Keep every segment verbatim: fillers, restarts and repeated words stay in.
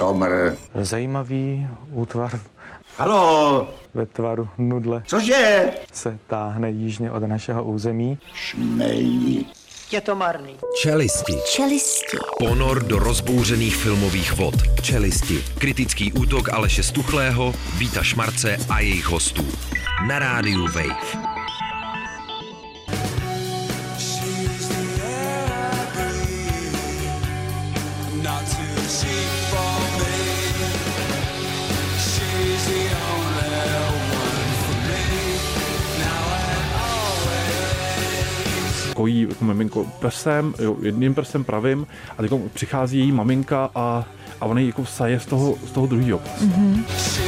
Somr. Zajímavý útvar. Halo. Ve tvaru nudle. Cože? Se táhne jižně od našeho území. Šmelí. Je to marný. Čelisti. Čelisti. Ponor do rozbouřených filmových vod. Čelisti. Kritický útok Aleše Stuchlého, Víta Šmarce a jejich hostů. Na rádiu Wave. Kojí jako maminko prsem, jo, jedním prsem pravým a teď přichází její maminka a, a ona ji jako saje z toho, z toho druhého. Mm-hmm.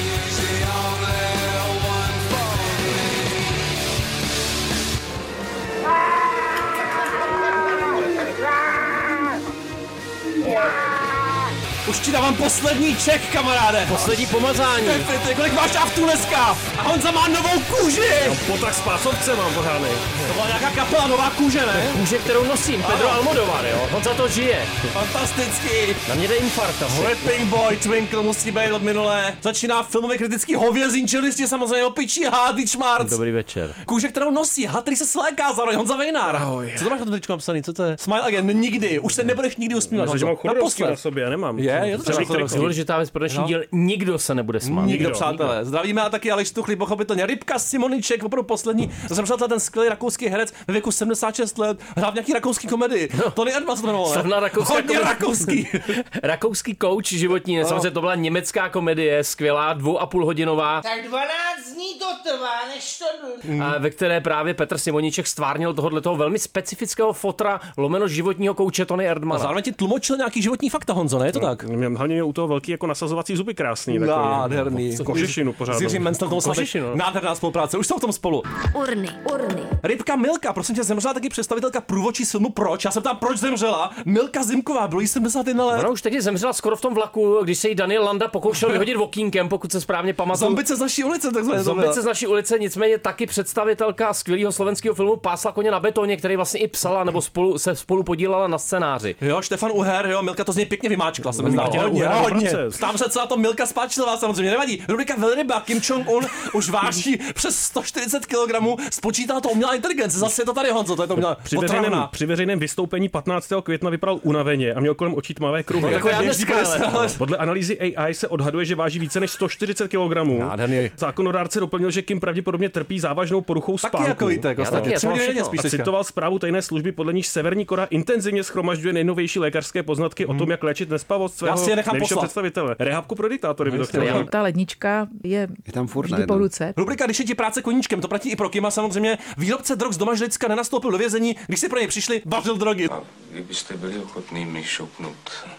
Už ti dávám poslední ček, kamaráde. Poslední pomazání. Ty, kolik máš aftů dneska? A Honza má novou kůži. No, potrach spásovce mám pořádnej. To byla nějaká kapela, nová kůže, ne? Kůže, kterou nosím, Pedro Almodovar, jo. Honza to žije. Fantastický. Na mě jde infarkt asi. Whipping Boy, Twinkle musí být od minulé. Začíná filmově kritický hovězín, čelisti samozřejmě opičí hádý Šmarc. Dobrý večer. Kůže, kterou nosí, had, který se sléká zároveň, Honza Vejnár. Ahoj. Co to máš na tom tričku napsaný, co to je? Smile again, nikdy, už se nebudeš nikdy usmívat. No, že mám Chodorkovský na sobě, já nemám. Je, je to důležitá věc pro dnešní no. díl, nikdo se nebude smát. Nikdo, přátelé. Nikdo. Zdravíme a taky Aleš Stuchlý, pochopitelně. Rybka Simoniček, opravdu poslední. To jsem přátelé ten skvělý rakouský herec ve věku sedmdesát šest let, hrál v nějaký rakouský komedii. No. Tony Erdmann se jmenoval. Slavná rakouská Hodně komedie. rakouský. Rakouský coach životní, no. Samozřejmě to byla německá komedie, skvělá, dvou a půl hodinová. Tak dvanáct dní to trvá, než to jdu. A ve které právě Petr Simoniček stvárnil tohoto velmi specifického fotra lomeno životního kouče Tony Erdmana. A zároveň ti tlumočil nějaký životní fakta, Honzo, ne? Je to no, tak? Hlavně u toho velký jako nasazovací zuby krásný. Nádherný. Kožešinu pořád. Jiřím Mencel tomu Kožešinu. Nádherná spolupráce. Už jsou v tom spolu. Urny, urny. Rybka Milka, prosím tě, zemřela taky představitelka průvodčí z filmu Proč. Já se ptám, proč zemřela? Milka Zimková, bylo jí sedmdesát jedna let. Ona už teď zemřela skoro v tom vlaku, když se jí Daniel Landa pokoušel vyhodit okýnkem, pokud se správně pamatuju. Zombice z naší ulice, takzvané. Zombice z naší ulice, nicméně taky představitelka skvělého slovenského filmu Pásla koně na betoně, který vlastně i psala nebo spolu se spolu podílela na scénáři. Jo, Štefan Uher, jo, Milka to z něj pěkně vymáčkla, se mi zdá. Hodně, hodně. Tam se celá to Milka spáčila, samozřejmě nevadí. Rubrika Velryba, Kim Jong-un už váží přes sto čtyřicet kilogramů, spočítala to umělá inteligence. Zase je to tady, Honzo, to je to umělá. Při veřejném, při veřejném vystoupení patnáctého května vypadal unaveně a měl kolem očí tmavé kruhy. Jako já dneska, ale... Podle analýzy A I se odhaduje, že váží více než sto čtyřicet kilogramů. Zákonodárce doplnil, že Kim pravděpodobně trpí závažnou poruchou spánku. Taky jako víte, jako taky, a citoval zprávu tajné služby, podle níž Severní Korea intenzivně schromažďuje nejnovější lékařské poznatky hmm. o tom, jak léčit nespavost svého nejvyššího představitele. Rehabku pro diktátory by to chtělo. Ta lednička je, je tam furt vždy po ruce. Rubrika Když je ti práce koníčkem, to platí i pro Kima samozřejmě. Výrobce drog z Domažlicka nenastoupil do vězení, když si pro něj přišli, vařil drogy. A kdybyste byli ochotní mi šoupnout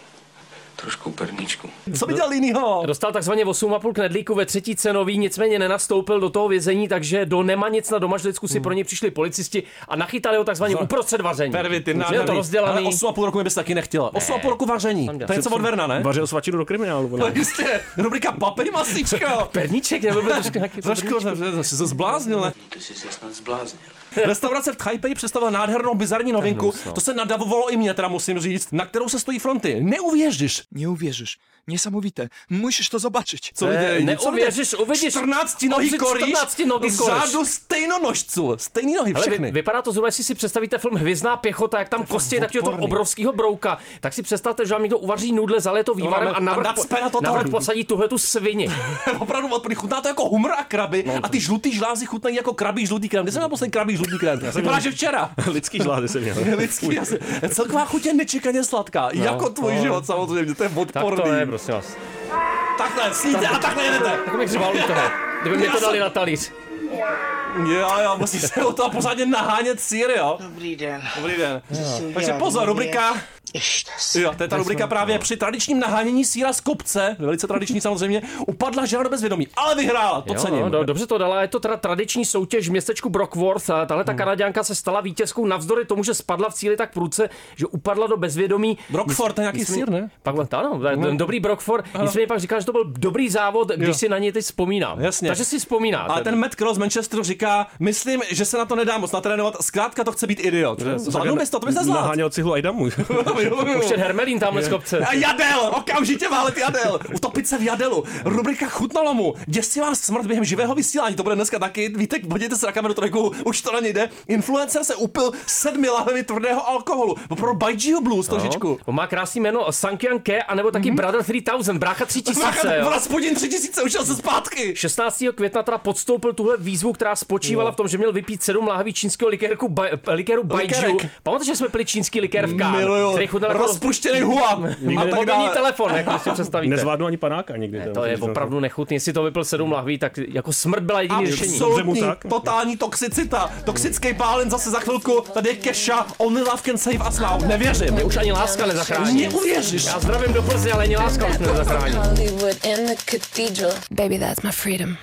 trošku perníčku. Co by dělal jinýho? Dostal takzvaně osm a půl knedlíku ve třetí cenový, nicméně nenastoupil do toho vězení, takže do Nemanic na Domažlicku si hmm. pro něj přišli policisté a nachytali ho takzvaně uprostřed vaření. Pervity, je to rozdělaný. Ale osm a půl roku bys taky nechtěla. osm a půl roku vaření. To je něco od Verna, ne? Vařil svačinu do kriminálu. No jistě. Rubrika Papej masíčko. Perníček, nebo byl trošku nějaký trošku, jsi se zbláznil, ne? Ty jsi se snad zbláznil. Restaurace v Taipei představila nádhernou bizarní novinku. To se nadavovalo i mě, teda musím říct, na kterou se stojí fronty. Neuvěříš. Neuvěříš. Niesamowite. Musisz to zobaczyć. Co viděli? Neuvěříš, uvidíš. čtrnáctinohý koryš z řádu stejnonožců. Stejný nohy všechny. Vypadá to zhruba, jestli si představíte film Hvězdná pěchota, jak tam kosti takového toho obrovského brouka, tak si představte, že vám někdo uvaří nudle, zalije to vývarem a navrch posadí tuhle tu svini. Opravdu odporný. Chutná to jako humr a kraby a ty žlutý žlázy chutnají jako krabí žlutý krém. Kde jsem měl poslední krabí žlutý krém? Vypadá, že včera. Lidský žlázy jsem měl. Lidský, celková chuť je nečekaně sladká. Jako tvůj život samozřejmě, to je odporný. Prosím vás. Takhle, sníte a takhle jedete. Tak bych řval u toho, kdyby mě to dali na talíř. Jo, jo, musí se u toho pořádně nahánět sýr, jo. Dobrý den. Dobrý den. Takže pozor, rubrika... Jo, to je ta rubrika právě při tradičním nahánění sýra z kopce, velice tradiční samozřejmě, upadla žena do bezvědomí, ale vyhrála, to jo, cením. No, dobře to dala, je to teda tradiční soutěž v městečku Brockworth. Tahle ta hmm. Kanaďanka se stala vítězkou navzdory tomu, že spadla v cíli tak prudce, že upadla do bezvědomí. Brockford, to je nějaký sýr, ne? Pak, ano, hmm. dobrý Brockford, nicméně pak říká, že to byl dobrý závod, když jo. si na něj teď vzpomínám. Jasně. Takže si vzpomíná. Ale ten Matt Cross z Manchesteru říká, Rubrika, myslím, že se na to nedá moc natrénovat, zkrátka to chce být idiot. Zvládnu bys to, to bys nezvládl. Naháněl cihlu Ajdamu. Už ten Hermelín tamhle z kopce. A jadel, okamžitě válet jadel. Utopit se v jadelu. Rubrika chutnalo mu. Děsivá smrt během živého vysílání. To bude dneska taky. Víte, podívejte se na kameru trojku, už to na něj jde. Influencer se upil sedmi lahvemi tvrdého alkoholu. Opravdu Baijiu Blues trošičku. On má krásný jméno Sankyang Ke, anebo taky mm-hmm. Brother tři tisíce, brácha tři tisíce. Rasputin tři tisíce, ušel se zpátky. šestnáctého května teda podstoupil tuhle výzvu, která spočívala jo. v tom, že měl vypít sedm lahví čínského likérku ba, likéru Baijiu. Pamatuješ, že jsme pili čínský likér v Cannes, který chutnal jako rozpuštěný huam. A mobilní telefon, jak si představíte. Nezvládnu ani panáka nikdy. Ne, to je opravdu nechutný. Jestli to vypil sedm lahví, tak jako smrt byla jediný řešení. Absolutní, totální toxicita. Toxický bálin zase za chvilku. Tady je Kesha, Only Love Can Save Us Now. Nevěřím. Mě už ani láska nezachrání. Neuvěříš. Já zdravím do Plzně, ale ani láska už nezachrání. Baby, that's my freedom.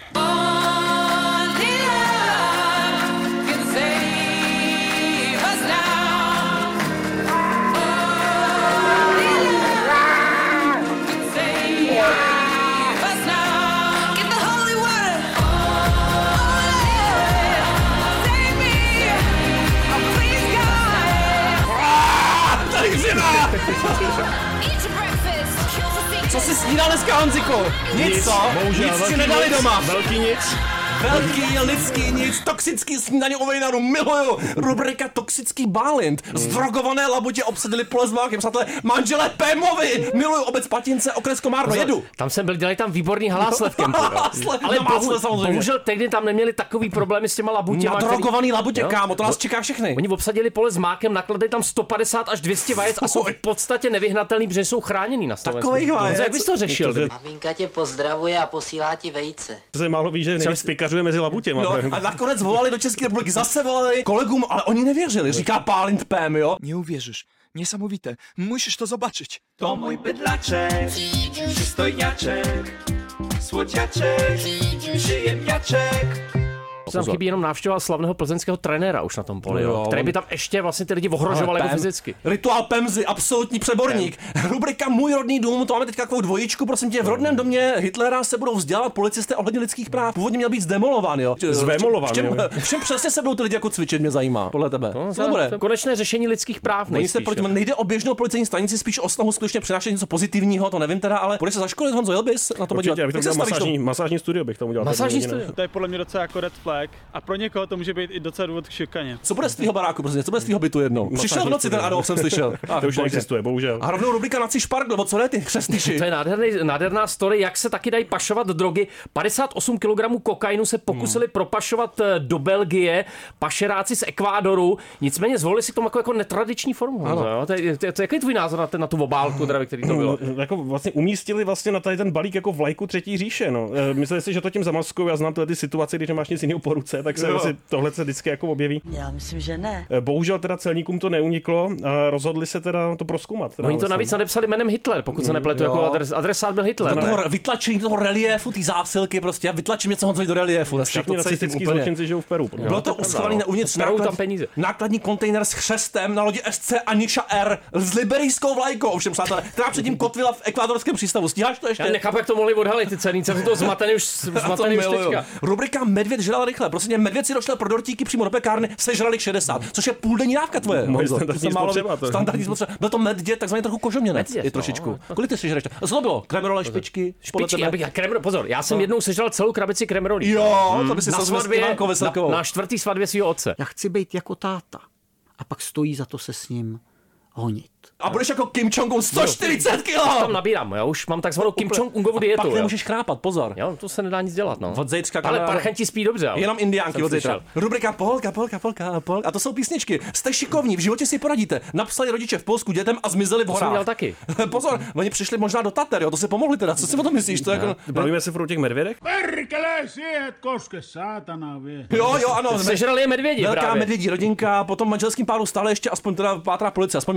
Co jsi snídal dneska, Honziku? Nic, nic co? Bohužel, nic si nedali nic, doma. Velký nic. Velký, lidský nic, toxický snídaně u vejnaru, miluju. Rubrika toxický bálint. Zdrogované labutě obsadili pole s mákem, přátelé, manželé Pémovi. Miluju obec Patince, okres Komárno, jedu. Tam jsem byl, dělali tam výborný halásle v kempu. Ale no, bohu, samozřejmě. bohužel tehdy tam neměli takový problémy s těma labutěma. Nadrogovaný labutě, jo? kámo, to nás čeká všechny. Oni obsadili pole s mákem, nakladali tam sto padesát až dvě stě vajec a jsou v podstatě nevyhnatelný, protože jsou chráněný na Slovensku. Takových vajec. Jak bys to řešil? Maminka tě pozdravuje a posílá ti vejce. To se málo ví, že nejvíc pikařuje mezi labutěma. No, a nakonec volali do České republiky, zase volali kolegům, ale oni nevěřili, říká Pálint Pém, jo? Neuwierzysz. Niesamowite. Musisz to zobaczyć. To mój bydlaczek, przystojniaczek, słodziaczek, przyjemniaczek. Tam chybí jenom návštěva slavného plzeňského trenéra už na tom poli, jo, který by tam ještě vlastně ty lidi ohrožoval jako fyzicky. Rituál Pemzy, absolutní přeborník. Pem. Rubrika Můj rodný dům, to máme teď takovou dvojičku, prosím tě, v rodném domě Hitlera se budou vzdělávat policisté ohledně lidských práv. Původně měl být zdemolován, jo. Zvemolován. V čem, v čem přesně se budou ty lidi jako cvičit, mě zajímá, podle tebe. No, to bude konečné řešení lidských práv. Oni se proti, nejde o běžnou policejní stanici, spíš o snahu skutečně přinášet něco pozitivního, to nevím teda, ale půjdeš se zaškolit, Honzo, jel bys na to podívat. Určitě, abych to masážní, masážní studio bych tomu udělal. Masážní studio. To je podle mě docela jako red flag a pro někoho to může být i docela důvod k šikaně. Co bude z tvýho baráku, prostě? Co bude z tvýho bytu jednou? Přišel v noci ten Adolf, jsem slyšel. A, to už neexistuje, bohužel. A rovnou rubrika Naci špargl, o co jde ty chřestýši? To je nádherný, nádherná story, jak se taky dají pašovat drogy. padesát osm kilogramů kokainu se pokusili hmm. propašovat do Belgie, pašeráci z Ekvádoru. Nicméně zvolili si k tomu jako, jako netradiční formu. Jo? To je, to je, to je, jaký je tvůj názor na, ten, na tu obálku, dravě, který to bylo? No, jako vlastně umístili vlastně na tady ten balík jako vlajku třetí říše. No. Mysleli si, že to tím zamaskují. Já znám tyhle ty situace, když nemáš nic jiného po ruce, tak se vlastně tohle se vždycky jako objeví. Já myslím, že ne. Bohužel teda celníkům to neuniklo a rozhodli se teda to prozkoumat. Oni to navíc nadepsali jménem Hitler, pokud se nepletu, jako adres, adresát byl Hitler. Toho vytlačení toho reliéfu, ty zásilky prostě, já vytlačím něco Honzovi do reliéfu. Všichni nacistický zločinci žijou v Peru. Bylo to uschované uvnitř peníze. Nákladní kontejner s chřestem na lodi S C Aniča R s liberijskou vlajkou, ovšem přátelé, která předtím kotvila v ekvádorském přístavu. Stíháš to ještě? Já nechápu, jak to mohli odhalit ty ceníce, jsou to zmatený už zmatený už teďka. Rubrika Medvěd žral rychle. Prostě medvěd si došel pro dortíky přímo do pekárny, sežrali šedesát, což je půldenní dávka tvoje. Moje standardní spotřeba. Standardní spotřeba. Byl to medvěd, takzvaně trochu kožoměnec. Je trošičku. Kolik ty sežreš? A co to bylo? Kremerole, špičky, špičky. Já bych kremero, pozor, já jsem jednou sežral celou krabici kremerolí. Jo, to by si na svatbě, na, na čtvrtý svatbě svého otce. Já chci být jako táta. A pak stojí za to se s ním honit. A budeš jako Kim Jong-un sto čtyřicet kilo! Já tam nabírám, já už mám takzvanou Kim Jong-unovu dietu. Pak nemůžeš chrápat, pozor. Jo, to se nedá nic dělat, no. Od zítřka, ale parchanti spí dobře. Ale. Jenom indiánky od zítra. Rubrika Polka, Polka, Polka, Polka. A to jsou písničky. Jste šikovní, v životě si poradíte. Napsali rodiče v Polsku dětem a zmizeli v horách. To jsem dělal taky. Pozor, oni přišli možná do Tater, jo, to si pomohli teda. Co si o tom myslíš? To jako... Bavíme se o těch medvědech? Perkele, svět, koske, sátana, vě. Jo, jo, ano. Sežrali je medvědi, velká právě. medvědí rodinka, potom manželským páru stále ještě aspoň teda pátrá policie, aspoň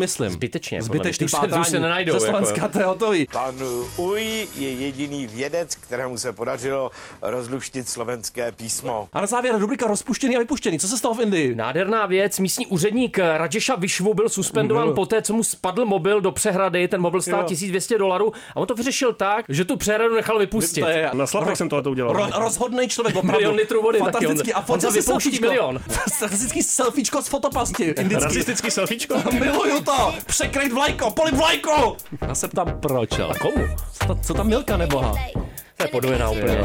myslím. Zbytečně. Zbytečný už se, pátání. už se nenajdou. Ze Slovenska jako, to je hotový. Pan Uj je jediný vědec, kterému se podařilo rozluštit slovenské písmo. A na závěr rubrika rozpuštěný a vypuštěný. Co se stalo v Indii? Nádherná věc. Místní úředník Raješa Vishwu byl suspendován poté, co mu spadl mobil do přehrady. Ten mobil stál tisíc dvě stě dolarů a on to vyřešil tak, že tu přehradu nechal vypustit. To je, na slapek jsem tohle udělal. Ro, rozhodnej člověk, opravdu. Milion litrů vody. Fantastický. A on si vypouští milion. Fantastický selfiečko z fotopasti. Rasistický selfiečko? Miluju to. Překrejt vlajko, polip vlajko. Já se ptám proč, ale komu? Co, co tam Milka neboha? To je podvojená úplně.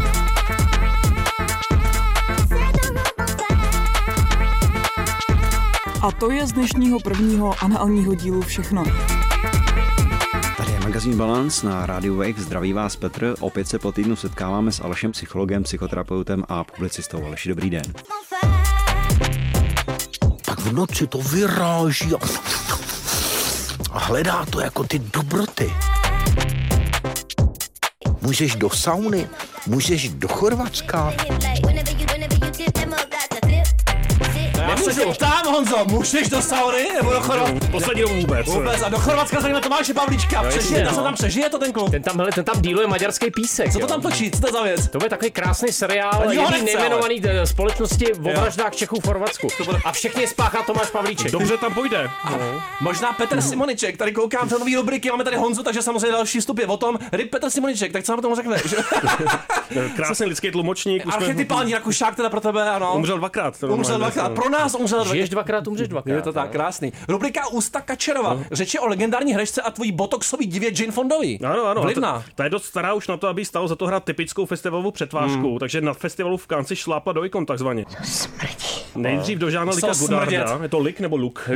A to je z dnešního prvního análního dílu všechno. Tady je magazín Balance na rádiu Wave. Zdraví vás Petr. Opět se po týdnu setkáváme s Alešem, psychologem, psychoterapeutem a publicistou. Aleši, dobrý den. Tak v noci to vyráží a hledá to jako ty dobroty. Můžeš do sauny, můžeš do Chorvatska. Nemůžu. Tam, Honzo, můžeš do sauny nebo do Chorvatska? Poslední dobu vůbec. Vůbec. A do Chorvatska zajímavé Tomáše Pavlíčka. No, Přežije, no. se tam přežije to ten kluk. Ten tam, hele, ten tam díluje maďarský písek. Co to jo. tam točí? Co to je za věc? To bude takový krásný seriál jedný nejmenovaný ale. společnosti o vraždách Čechů v Chorvatsku. A všechny spáchá Tomáš Pavlíček. Dobře tam půjde. No. Možná Petr Simoniček, tady koukám do nový rubriky, máme tady Honzu, takže samozřejmě další vstup je o tom. Ryb Petr Simoniček, tak co nám tomu řekne? Krásný lidský tlumočník. Archetypální Rakušák teda pro tebe, ano. Umřel dvakrát. Umřel dvakrát. Pro nás umřel dvakrát. Žiješ dvakrát, umřeš dvakrát. Je to tak krásný. Rubrika Ústa Kačerova. No. Řeči o legendární herečce a tvojí botoxový divě Jane Fondový. Ano, ano. Vlivná. Ta, ta je dost stará už na to, aby stalo za to hrát typickou festivalovou přetvářku, hmm. takže na festivalu v Cannes šlápla do ikon takzvaně. Nejdřív do Žána Lika Godarda. Je to Lik nebo Luk?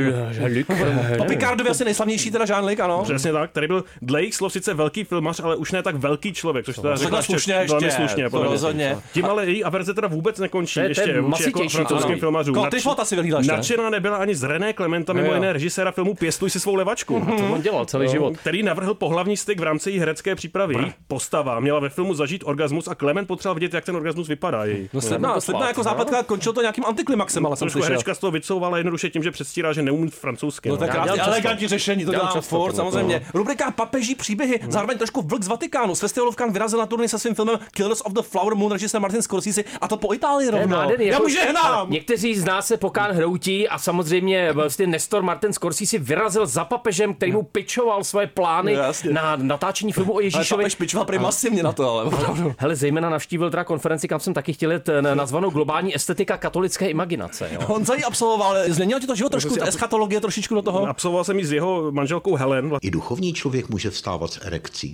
Po Picardovi asi nejslavnější teda Jean Luc, ano. Přesně tak, který byl dle jejich slov sice velký filmař, ale už ne tak velký člověk, což teda řekla slušně ještě. Velmi slušně, to rozhodně. Tím ale její averze teda vůbec nekončí, to je, ještě vůči jako francouzským filmařům. Nadšená nebyla ani z René Clementa, mimo jiné režiséra filmu Pěstuj si svou levačku. To on dělal celý život. Který navrhl pohlavní styk v rámci jí herecké přípravy. Její postava měla ve filmu zažít orgasmus a Clement potřeboval vidět, jak ten orgasmus vypadá. Její. No slibná, slibná jako zápletka, končilo to nějakým antiklimaxem, ale jsem slyšel. Herečka z toho vycouvala jednoduše tím, že předstírá, že neumí francouzsky. No tak krásně, elegantní řešení, to dělám furt, samozřejmě. Rubrika Papeží příběhy, zároveň trošku vlk z Vatikánu. Z festivalu v Cannes vyrazil na turné se svým filmem Killers of the Flower Moon režisér Martin Scorsese a to po Itálii rovno. Já už hnám. Někteří z nás se po Cannes hroutí a samozřejmě vlastně Nestor Martin Scorsese vyrazil za papežem, který mu pičoval svoje plány no, na natáčení filmu o Ježíšovi. Papež pičoval prý masivně na to, ale opravdu. Hele, zejména navštívil teda konferenci, kam jsem taky chtěl jet, nazvanou Globální estetika katolické imaginace. Jo. On za ní absolvoval, změnil ti to život trošku, eschatologie trošičku do toho? Absolvoval jsem ji s jeho manželkou Helen. I duchovní člověk může vstávat s erekcí.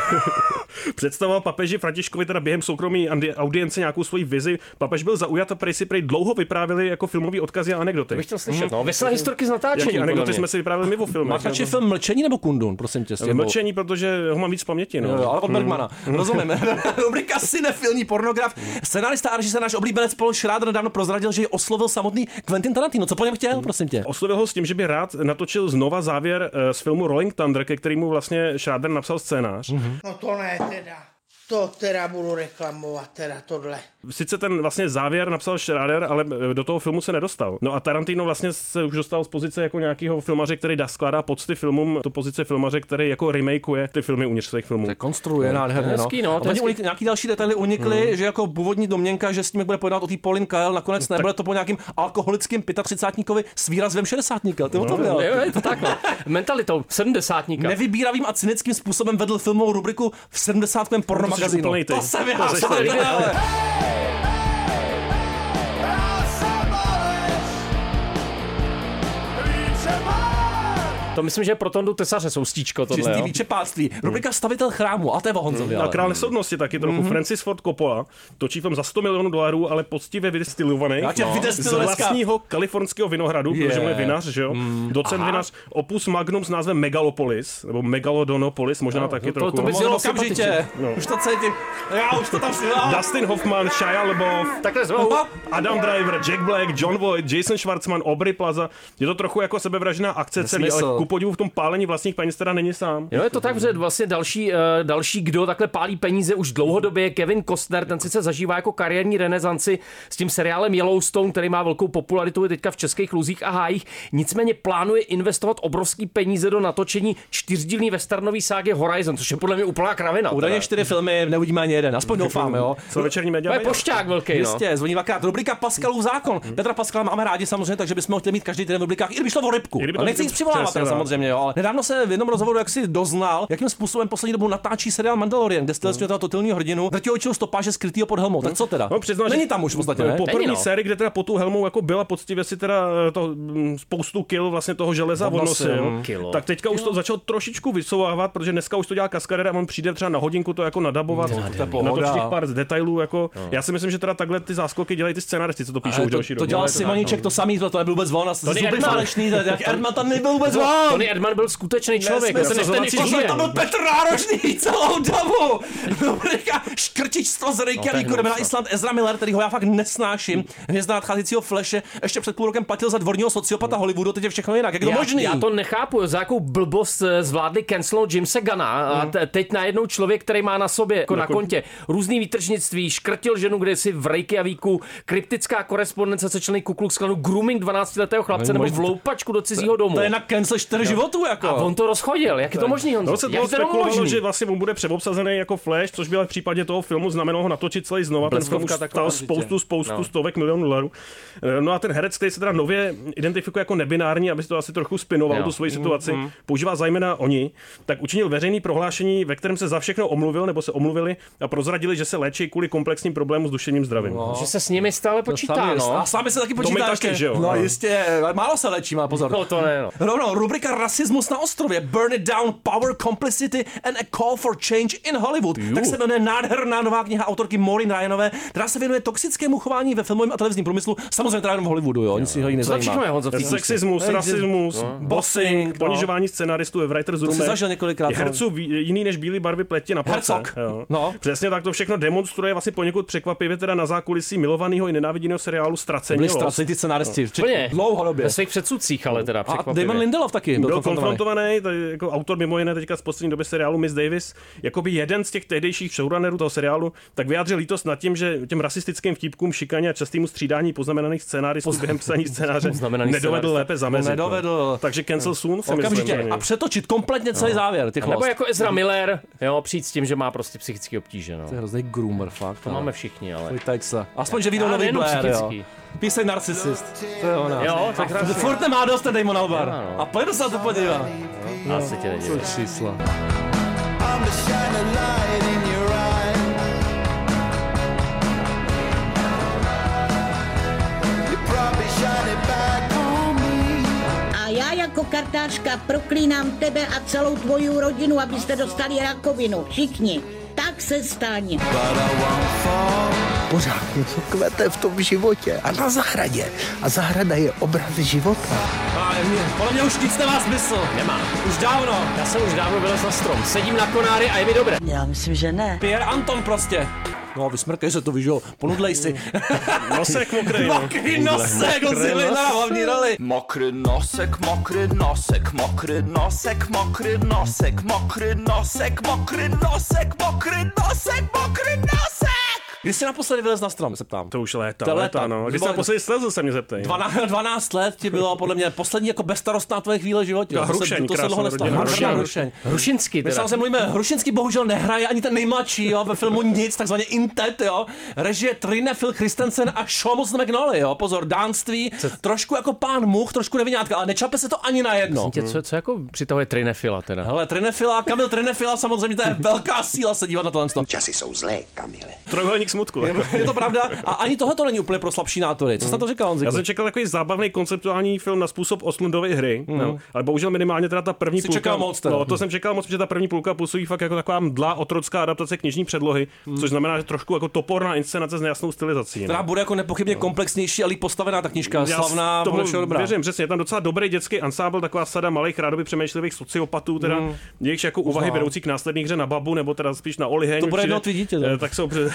Představoval papeži Františkovi teda během soukromí audience nějakou svoji vizi. Papež byl zaujat a prej si prej dlouho vyprávěli jako filmový odkazy a anekdoty. To bych chtěl slyšet. No, veselé historky z natáčení. Jaký anekdoty jsme si vyprávěli my o filmu. Máš radši film Mlčení nebo Kundun, prosím tě? Mlčení, protože ho mám víc v paměti. No. Jo, ale od Bergmana. Mm. Rozumím. Rubrika Cinefilní pornograf. Scenárista a režisér náš oblíbenec Paul Schrader nedávno prozradil, že ji oslovil samotný Quentin Tarantino. Co po něm chtěl, prosím tě? Oslovil ho s tím, že by rád natočil znova závěr z filmu Rolling Thunder, ke kterému vlastně Schrader napsal scénář. Mm-hmm. No to ne teda. To teda budu reklamovat, teda tohle. Sice ten vlastně závěr napsal Schrader, ale do toho filmu se nedostal. No a Tarantino vlastně se už dostal z pozice jako nějakého filmaře, který dá skládá pocty filmům, to pozice filmaře, který jako remakeuje ty filmy uvnitř svých filmů. To konstruuje nádherně, no. no a unik, nějaký další detaily unikly, hmm. že jako původní domněnka, že s tím bude pojednat o té Pauline Kael, nakonec nebude tak... to po nějakým alkoholickým třicátníkovi s výrazem šedesátníka. Ty o to měl. Jo, je to tak, no. Mentalitou sedmdesátníka. Nevybíravým a cynickým způsobem vedl filmovou rubriku v sedmdesátkovém pornomagazínu. To se mi To myslím, že pro Tondu Tesaře jsou stíčko tohle. Čistý výčepáctví. Rubrika Stavitel chrámu, a to je o Honzovi. A král nesoudnosti taky trochu. Mm-hmm. Francis Ford Coppola točí film za sto milionů dolarů, ale poctivě vydestilovaný no, z vlastního kalifornského vinohradu, yeah. protože on je vinař, že jo? Mm. Docent vinař opus magnum s názvem Megalopolis, nebo Megalodonopolis, možná no, taky to, trochu. To by bylo okamžitě. No. Už to cítím. Já už to tam si Dustin Hoffman, Shia LaBeouf, Adam Driver, Jack Black, John Voight, Jason Schwartzman, Aubrey Plaza. Je to trochu jako sebevražná akce celý, ale ku podivu v tom pálení vlastních peněz teda není sám. Jo, je to tak, že vlastně další, uh, další, kdo takhle pálí peníze už dlouhodobě, Kevin Costner, ten sice zažívá jako kariérní renesanci s tím seriálem Yellowstone, který má velkou popularitu teďka v českých luzích a hájích, nicméně plánuje investovat obrovský peníze do natočení čtyřdílný westernové ságy Horizon, což je podle mě úplná kravina. Údajně čtyři filmy, neuvidíme ani jeden, aspoň doufám, jo. Celovečerní média. To je pošťák velký, no. Jistě, zvoní dvakrát. Rubrika Pascalův zákon. Petra Pascala máme rádi samozřejmě, takže bychom ho chtěli mít každý týden v rubrikách, i kdyby šlo o rybku. Ale nechci jich přivolávat, samozřejmě, jo. Ale nedávno se v jednom rozhovoru jak si doznal, jakým způsobem poslední dobou natáčí seriál Mandalorian, kde stelesňuje toho totálního hrdinu, drtivou stopáže skrytýho pod helmou. Tak co teda? No, přiznal, není tam už v podstatě, ne? Po první no. sérii, kde teda pod tu helmou jako byla poctivě si teda to m, spoustu kill vlastně toho železa odnosil. Tak teďka už to začal trošičku vysouvávat, protože dneska už to dělá kaskadér a on přijde třeba na hodinku to jako nadabovat, natočit těch pár detailů jako. Já si myslím, že teda takhle ty záskoky dělají ty scénáristi, co to píšou už další To dělal Simoníček to samý, to nebyl vůbec on, falešný, jak Erdman tam nebyl vůbec on. Tony Erdman byl skutečný člověk, to byl Petr Náročný celou dobu. Rubrika Škrtičstvo z Reykjavíku, jdeme na Island. Ezra Miller, kterýho já fakt nesnáším, hvězda nadcházejícího Flashe, ještě před půl rokem platil za dvorního sociopata Hollywoodu, teď je všechno jinak. Jak je to možný? Já to nechápu, za jakou blbost zvládli cancelnout Jamesa Gunna a te- teď najednou člověk, který má na sobě jako na kontě různý výtržnictví, škrtil ženu kdysi v Reykjavíku, kryptická korespondence se členy Ku Klux Klanu, grooming dvanáctiletého chlapce nebo vloupačku do cizího domu. To je na cancel čtyři životů jako. A on to rozchodil. Jak je to možný, Honzo? No se to spekulovalo, že vlastně on bude přeobsazený jako Flash, což byl v případě toho filmu znamenalo ho natočit celý znova. Ten film už stál spoustu, spoustu no. stovek milionů dolarů. No a ten herec, který se teda nově identifikuje jako nebinární, aby si to asi trochu spinoval jo. tu svoji situaci, mm, mm. používá zejména oni, tak učinil veřejný prohlášení, ve kterém se za všechno omluvil nebo se omluvili a prozradili, že se léčí kvůli komplexním problémům s duševním zdravím. No. Že se s nimi stále počítá, sami, no. A sami se taky počítá ještě. Že jo? No jistě, málo se léčí, má pozor. No to ne, no. Rovno, rubrika Rasismus na ostrově, Burn it down, Power, Complicity and a Call for Change in Hollywood. Juh. Tak se jmenuje nádherná nová kniha autorky Maureen Ryanové, která se věnuje toxickému chování ve filmovém a televizním průmyslu, samozřejmě teda jenom v Hollywoodu, jo, nic jiného jí nezajímá. Sexismus, rasismus, bossing, ponižování scenaristů ve writers roomech. To jsi zažil několikrát. Herců jiný než bílý barvy pleti na place. No. Přesně tak to všechno demonstruje vlastně poněkud překvapivě teda na zákulisí milovaného i nenáviděného seriálu Ztracení. Byli ztraceni ty scenáristi. Dlouhodobě. Ve svých předsudcích, ale teda překvapivě. A Damon Lindelof taky byl, byl konfrontovaný, jako autor mimo jiné teďka z poslední doby seriálu Miss Davis, jako by jeden z těch tehdejších showrunnerů toho seriálu, tak vyjádřil lítost nad tím, že těm rasistickým vtípkům, šikaně a častému střídání poznamenaných scénáristů Poz... během psaní scénáře nedovedl lépe zamezit. Nedovedl. Takže cancel soon, si myslím. A přetočit kompletně celý závěr těch Nebo jako Ezra Miller, jo, přijít s tím, že má prostě psychické obtíže, no. To je hrozný groomer, fakt. To máme všichni, ale. Aspoň že vyjdou nový Blair, jo. Píseň Narcisist. To je ona. Jo, tak krásně. Furt nemá dost ten Damon Albarn. A pojďme se na to podívat. Asi tě nedivím. Co čísla. A já jako kartářka proklínám tebe a celou tvoji rodinu, abyste dostali rakovinu. Všichni. Tak se staň. Pořád něco kvete v tom životě a na zahradě. A zahrada je obraz života. A mě, podle mě už nic nemá smysl. Nemá. Už dávno. Já jsem už dávno vylez na strom. Sedím na konáry a je mi dobré. Já myslím, že ne. Pierre Anton prostě. No, vysmrkej se to, víš jo, ponudlej si. Nosek mokrý. Mokrý nosek, on si na hlavní roli. Mokrý nosek, mokrý nosek, mokrý nosek, mokrý nosek, mokrý nosek, mokrý nosek, mokrý nosek, mokrý nosek. Kdy jsi naposledy vylez na strom, se ptám. To už léta, to léta, no. Když jsi naposledy slezl, se mě zeptej. dvanáct let ti bylo podle mě poslední jako bezstarostná tvoje chvíle v životě. No, Hrušeň, to se dlouho nestalo. Hrušeň. Hrušinsky teda. My samozřejmě mluvíme, Hrušinsky bohužel nehraje ani ten nejmladší, jo, ve filmu nic, takzvaně Intet, jo. Režie Trine Phil Christensen a Seamus McNally, jo. Pozor, dánství, trošku jako pán much, trošku nevinátka, ale nečape se to ani na jedno. Tě, co, co jako přitahuje Trinefila teda? Hele, Trinefila, Kamil Trinefila, samozřejmě to je velká síla se dívat na tohle. Časy jsou zlé, Kamile. Trojuhelník smutku. Je to pravda. A ani tohle to není úplně pro slabší nátory. Co jsi na to říkal, Honziku? Já jsem čekal takový zábavný konceptuální film na způsob Ostlundovy hry, mm. no. Ale bohužel minimálně teda ta první jsi půlka. Čekal moc teda. No, to jsem čekal moc, protože ta první půlka působí fakt jako taková mdlá otrocká adaptace knižní předlohy, mm. což znamená, že trošku jako toporná inscenace s nejasnou stylizací. Která no. bude jako nepochybně no. komplexnější a líp postavená ta knížka, slavná, tomu dobrá. Věřím, přesně, je tam docela dobrý dětský ansábl, taková sada malých rádoby přemýšlivých sociopatů, teda mm. jejichž jako úvahy vedoucí k následné hře na babu nebo teda spíš na Oliheň. To bude jedno tvý dítě. Tak jsou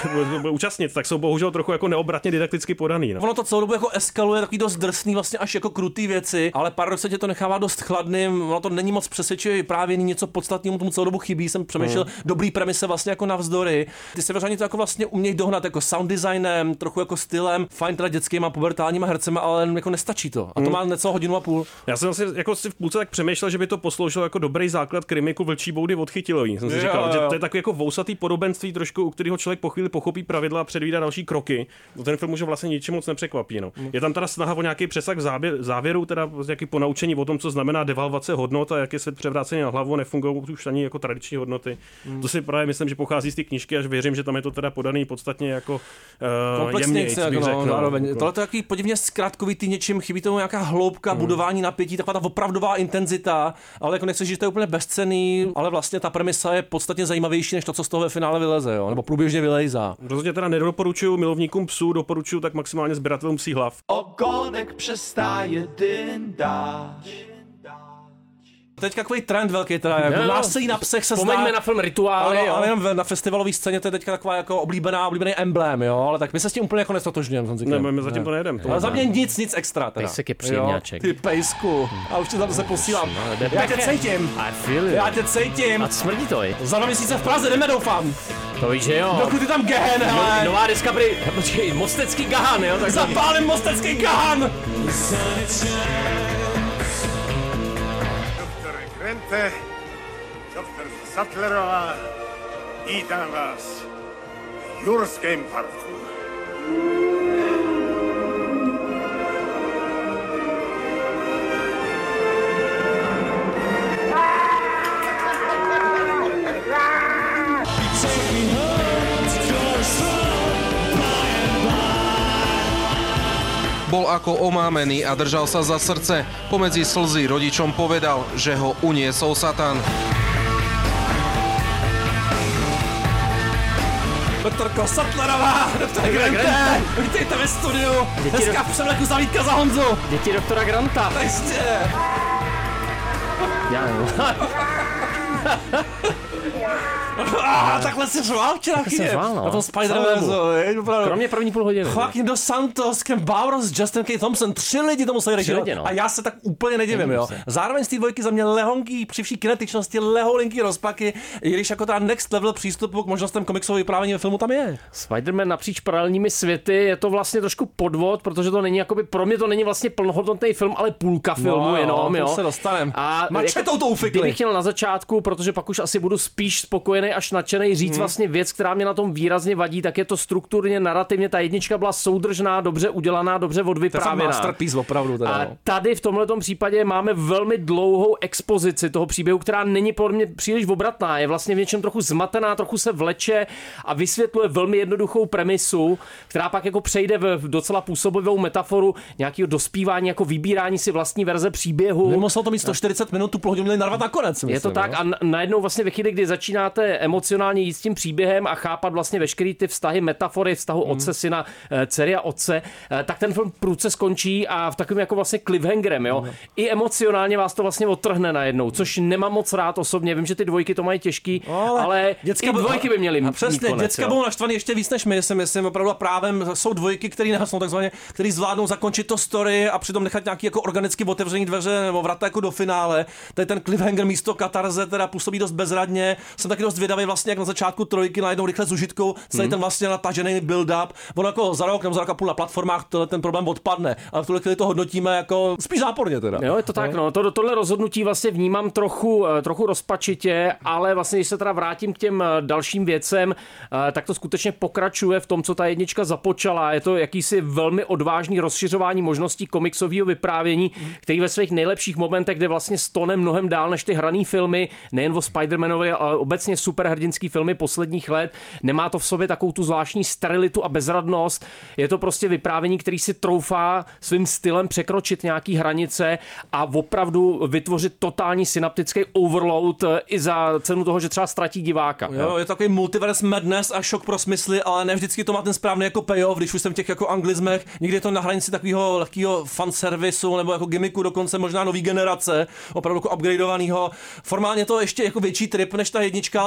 účastnit, tak jsou bohužel trochu jako neobratně didakticky podaný. No. Ono to celou dobu jako eskaluje, takový dost drsný, vlastně až jako krutý věci, ale paradoxně tě to nechává dost chladným, ono to není moc přesvědčivý, právě něco podstatného tomu celou dobu chybí, jsem přemýšlel, mm. dobrý premise vlastně jako navzdory. Ty severani to jako vlastně umějí dohnat jako sound designem, trochu jako stylem, fajn teda dětskýma pubertálníma hercema, ale jako nestačí to. A to mm. má něco hodinu a půl. Já jsem si jako si v půlce tak přemýšlel, že by to posloužilo jako dobrý základ krimiku Vlčí boudy od Chytilový. Jsem si říkal, jo, jo. že to je takový jako vousatý podobenství trošku, u kterého člověk po chvíli pochopí pravidla a předvídá další kroky. Ten film už vlastně ničím moc nepřekvapí. No. Mm. Je tam teda snaha o nějaký přesah záběr, závěru, teda nějaký ponaučení o tom, co znamená devalvace hodnot a jak je svět převrácený na hlavu, nefungují už ani jako tradiční hodnoty. Mm. To si právě myslím, že pochází z té knížky, až věřím, že tam je to teda podaný podstatně jako uh, jemnějc, jako, řekl, no, zároveň. Jako. Tohle to je takový podivně zkrátkovitý něčím, chybí tomu nějaká hloubka, mm. budování napětí, taková ta opravdová intenzita, ale jako nechci, že to je úplně bezcenný, ale vlastně ta premisa je podstatně zajímavější než to, co z toho ve finále vyleze, jo? Nebo průběžně vylejzá. Rozhodně teda nedoporučuju milovníkům psů, doporučuju tak maximálně sběratelům psích hlav. Ogonek přestáje dyndáč. Teď takový trend velký teda, jako no, násilí na psech se zdá. Vzpomeňme na film Rituály, ale, jo. ale jenom na festivalové scéně to je teďka taková jako oblíbená, oblíbený emblém, jo, ale tak my se s tím úplně jako nestotožňujeme. Ne, my zatím to nejedeme. Ale za mě nic, nic extra teda. Pejsek je příjemňáček. Ty pejsku. A už tě tam se posílám. No, já tě cítím. I feel it. Já tě cítím. A smrdí to i. Za dva měsíce v Praze jdeme, doufám. To víš, že jo. Dokud je tam gehen, hele. No, nová deska prý, počkej, Mostecký Gahan, jo. Tak zapálím Mostecký Gahan. Krente, doktor Sattlerová, vítám vás v Jurském parku. Bol ako omámený a držal sa za srdce. Pomedzi slzy rodičom povedal, že ho uniesol Satan. Doktorko Sattlerová, doktora Grante, vítejte ve studiu. Dneska v převleku za Vítka za Honzu. Děti doktora Granta. Jistě. Já jo. Ah, takhle si řval včera chyně. No. Na tom Spider-Manu. Kromě první půl hodiny. Joaquin dos Santos, Ken Bowers, Justin K. Thompson, tři lidi to museli režírovat. No. A já se tak úplně nedivím, jo. Zároveň z té dvojky za mě lehonký, při vší kinetičnosti, leholinký rozpaky, i když jako ta next level přístupu k možnostem komiksového vyprávění ve filmu tam je. Spider-Man napříč paralelními světy je to vlastně trošku podvod, protože to není jakoby, pro mě to není vlastně plnohodnotný film, ale půlka filmu no, jenom, jo. se dostaneme. A mačetou to ufikli. Kdybych chtěl na začátku, protože pak už asi budu spíš spokojený až nadšenej říct hmm. vlastně věc, která mě na tom výrazně vadí, tak je to strukturně, narrativně, ta jednička byla soudržná, dobře udělaná, dobře odvyprávěná. To je masterpiece opravdu. Teda, a no. tady v tomhletom případě máme velmi dlouhou expozici toho příběhu, která není podle mě příliš obratná, je vlastně v něčem trochu zmatená, trochu se vleče a vysvětluje velmi jednoduchou premisu, která pak jako přejde v docela působivou metaforu nějakého dospívání, jako vybírání si vlastní verze příběhu. Nemuselo to mít sto čtyřicet minut, tu půl hodinu měli narvat nakonec. Myslím, je to tak no? A najednou vlastně ve chvíli, kdy začínáte emocionálně jít s tím příběhem a chápat vlastně veškerý ty vztahy, metafory, vztahu mm. otce, syna, dcery a otce, tak ten film prudce skončí a v takovém jako vlastně cliffhangerem, jo. Mm. I emocionálně vás to vlastně odtrhne najednou, což nemám moc rád osobně. Vím, že ty dvojky to mají těžký, ale, ale i dvojky by měly mít přesně, konec, děcka budou naštvaný ještě víc než my, si myslím, opravdu právem jsou dvojky, které nehasnou takzvaně, který zvládnou zakončit to story a přitom nechat nějaký jako organicky otevření dveře nebo vrata jako do finále. Tady ten cliffhanger místo katarze teda působí dost bezradně. Jsem taky dost zvědavý vlastně, jak na začátku trojky najednou rychle s užitkou celý hmm. ten vlastně natažený build-up. Ono jako za rok nebo za rok a půl na platformách tohle ten problém odpadne, ale v tuhle chvíli to hodnotíme jako spíš záporně teda. Jo, je to tak, no. To, tohle rozhodnutí vlastně vnímám trochu, trochu rozpačitě, ale vlastně, když se teda vrátím k těm dalším věcem, tak to skutečně pokračuje v tom, co ta jednička započala. Je to jakýsi velmi odvážný rozšiřování možností komiksového vyprávění, který ve svých nejlepších momentech jde vlastně stone mnohem dál než ty hraný filmy, nejen o Spider-Manovi, ale obecně superhrdinský filmy posledních let. Nemá to v sobě takovou tu zvláštní sterilitu a bezradnost. Je to prostě vyprávění, který si troufá svým stylem překročit nějaký hranice a opravdu vytvořit totální synaptický overload i za cenu toho, že třeba ztratí diváka. Jo, je to takový multiverse madness a šok pro smysly, ale ne vždycky to má ten správný jako payoff, když už jsem v těch jako anglizmech, někdy je to na hranici takového lehkého fanservisu nebo jako gimmicku, dokonce možná nový generace, opravdu jako upgradeovanýho. Formálně to ještě jako větší trip než ta jednička, ale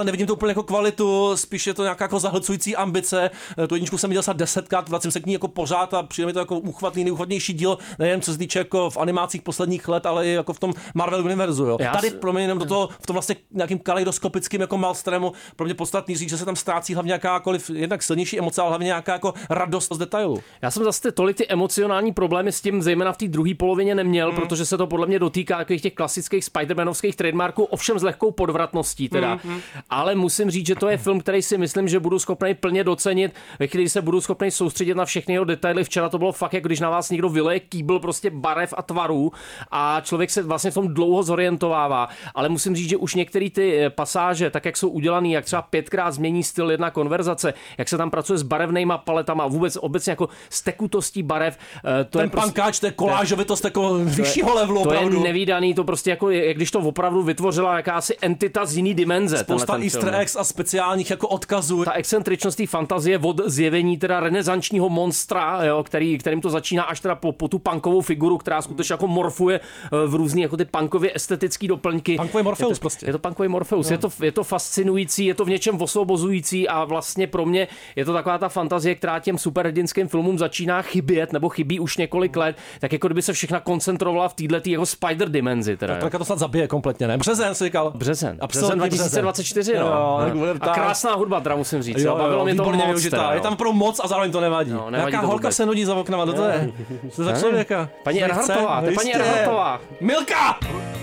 nevidím to úplně jako kvalitu, spíš je to nějaká jako zahlcující ambice. Tu jedničku jsem viděl snad desetkrát, vracím se k ní jako pořád a přijde mi to jako uchvatný, neuchvatnější díl, nejen co se týče jako v animacích posledních let, ale i jako v tom Marvel univerzu. Jo. Tady pro mě jenom do toho, v tom vlastně nějakým kaleidoskopickým jako malstrému, pro mě podstatný říct, že se tam ztrácí hlavně jakákoliv jednak silnější emoce, ale hlavně nějaká jako radost z detailu. Já jsem zase tolik ty emocionální problémy s tím zejména v té druhé polovině neměl, mm. protože se to podle mě dotýká takových těch klasických Spider-Manovských trademarků, ovšem s lehkou podvratností teda. Mm. Ale musím říct, že to je film, který si myslím, že budu schopný plně docenit, ve chvíli se budu schopný soustředit na všechny jeho detaily. Včera to bylo fakt, jako když na vás někdo vyleje kýbl prostě barev a tvarů a člověk se vlastně v tom dlouho zorientovává. Ale musím říct, že už některé ty pasáže, tak jak jsou udělané, jak třeba pětkrát změní styl jedna konverzace, jak se tam pracuje s barevnejma paletama, vůbec obecně jako s tekutostí barev. To ten je prostě, pankáč, to je kolážovitost jako vyššího levelu. To opravdu. je nevídaný, to prostě jako, jak když to opravdu vytvořila jakási entita z jiný dimenze. Spousta easter eggs a speciálních jako odkazů. Ta excentričnost té fantazie od zjevení teda renesančního monstra, jo, který, kterým to začíná až teda po, po tu punkovou figuru, která skutečně jako morfuje v různý jako ty punkově estetický doplňky. Punkový Morpheus je to, prostě. Je to punkový Morpheus, no. je, to, je to fascinující, je to v něčem osvobozující a vlastně pro mě je to taková ta fantazie, která těm superhrdinským filmům začíná chybět nebo chybí už několik let, tak jako kdyby se všechna koncentrovala v této jeho Spider dimenzi. Teda, tak to snad zabije kompletně, ne? Březen si říkal. Březen. Březen dva tisíce dvacet čtyři, no. Jo, no. A krásná hudba, teda musím říct. Jo, jo, bavilo mě to moc. Využitá. Je tam pro moc a zároveň to nevadí. No, nevadí Jaká to holka vůbec. se nudí za oknama, to, to je. Co za člověka? Paní Erhartová, to je paní Erhartová. Milka!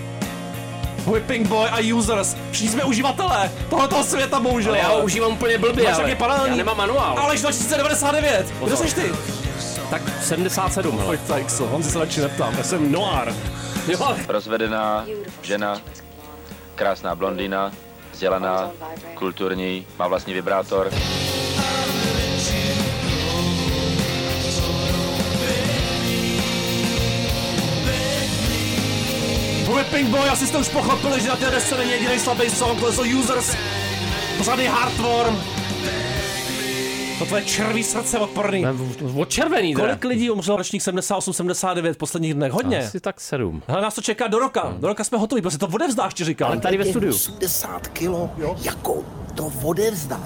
Whipping Boy a Users. Všichni jsme uživatelé tohoto světa, bohužel. Ale já ho užívám úplně blbě, ale já nemám manuál. Aleš dva tisíce devadesát devět. Kdo jsi ty? Tak sedmdesát sedm. Pojď tak, so. On si se radši neptám. Já jsem Noir. Jo. Rozvedená žena, krásná blondýna, vzdělaná, kulturní, má vlastní vibrátor. Whipping Boy, asi jste už pochopili, že na té desce není jediný slabý song, to jsou Users, pořádný Heartworm. To tvoje červí srdce odporný. Odčervený teda. Kolik lidí umřelo ročník sedmdesát osm sedmdesát devět v posledních dnech? Hodně. Asi tak sedm. Hele, nás to čeká do roka. Hmm. Do roka jsme hotoví, prostě to odevzdáš, ti říkám. Ale tady ve studiu. osmdesát kilo, jako to odevzdá.